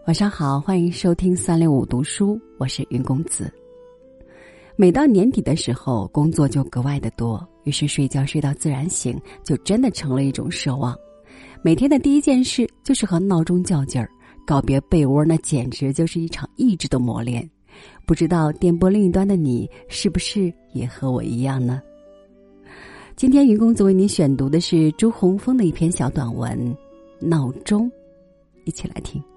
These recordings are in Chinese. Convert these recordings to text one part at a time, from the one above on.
晚上好，欢迎收听365读书，我是云公子。每到年底的时候，工作就格外的多，于是睡觉睡到自然醒，就真的成了一种奢望。每天的第一件事就是和闹钟较劲儿，告别被窝那简直就是一场意志的磨练。不知道电波另一端的你是不是也和我一样呢？今天云公子为你选读的是朱洪峰的一篇小短文《闹钟》，一起来听。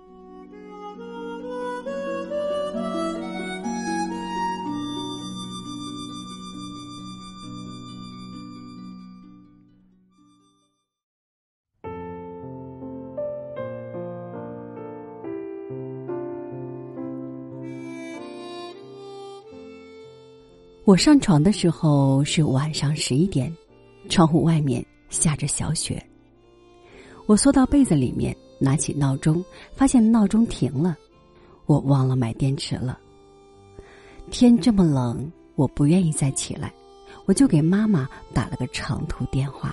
我上床的时候是晚上11点，窗户外面下着小雪。我缩到被子里面，拿起闹钟，发现闹钟停了，我忘了买电池了。天这么冷，我不愿意再起来，我就给妈妈打了个长途电话。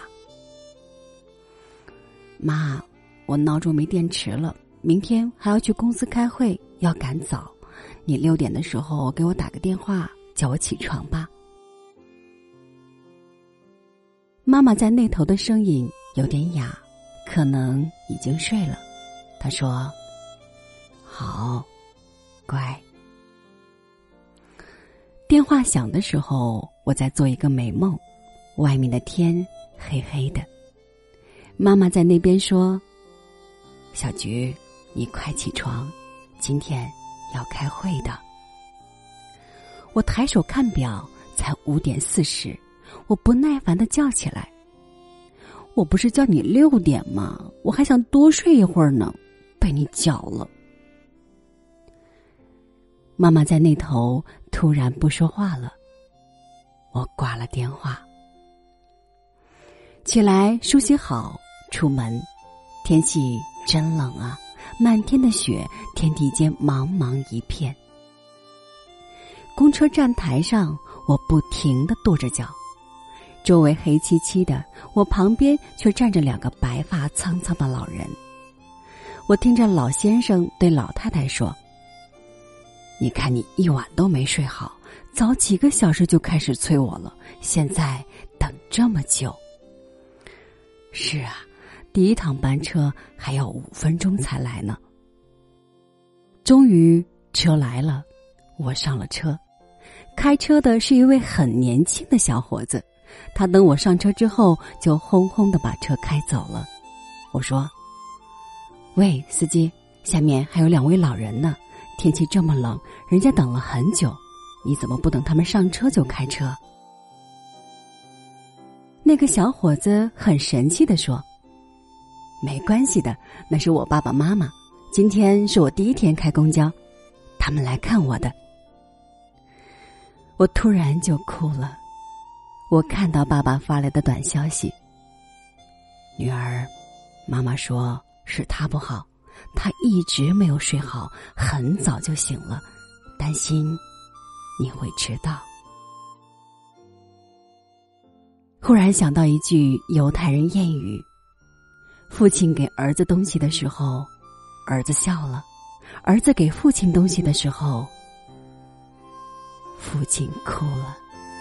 妈，我闹钟没电池了，明天还要去公司开会，要赶早，你6点的时候给我打个电话，叫我起床吧。妈妈在那头的声音有点哑，可能已经睡了。她说：好，乖。电话响的时候，我在做一个美梦，外面的天黑黑的。妈妈在那边说：小菊，你快起床，今天要开会的。我抬手看表，才5点40，我不耐烦地叫起来：我不是叫你6点吗？我还想多睡一会儿呢，被你叫了。妈妈在那头突然不说话了，我挂了电话。起来梳洗好，出门，天气真冷啊，满天的雪，天地间茫茫一片。公车站台上，我不停地跺着脚，周围黑漆漆的，我旁边却站着2个白发苍苍的老人。我听着老先生对老太太说：你看你一晚都没睡好，早几个小时就开始催我了，现在等这么久。是啊，第一趟班车还要5分钟才来呢。终于车来了，我上了车。开车的是一位很年轻的小伙子，他等我上车之后就轰轰地把车开走了。我说：喂，司机，下面还有2位老人呢，天气这么冷，人家等了很久，你怎么不等他们上车就开车？那个小伙子很神气地说：没关系的，那是我爸爸妈妈，今天是我第1天开公交，他们来看我的。我突然就哭了，我看到爸爸发来的短消息：女儿，妈妈说是他不好，他一直没有睡好，很早就醒了，担心你会迟到。忽然想到一句犹太人谚语：父亲给儿子东西的时候，儿子笑了；儿子给父亲东西的时候，父亲哭了。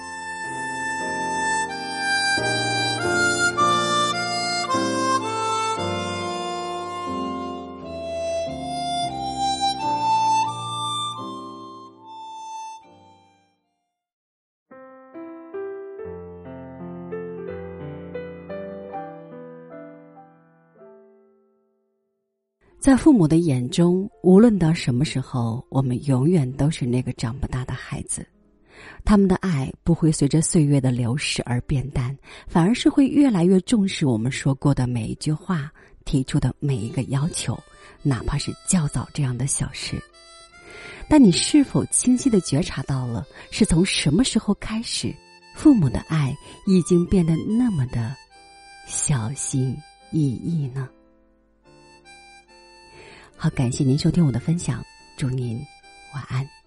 在父母的眼中，无论到什么时候，我们永远都是那个长不大的孩子。他们的爱不会随着岁月的流逝而变淡，反而是会越来越重视我们说过的每一句话，提出的每一个要求，哪怕是较早这样的小事。但你是否清晰地觉察到了，是从什么时候开始，父母的爱已经变得那么的小心翼翼呢？好，感谢您收听我的分享，祝您晚安。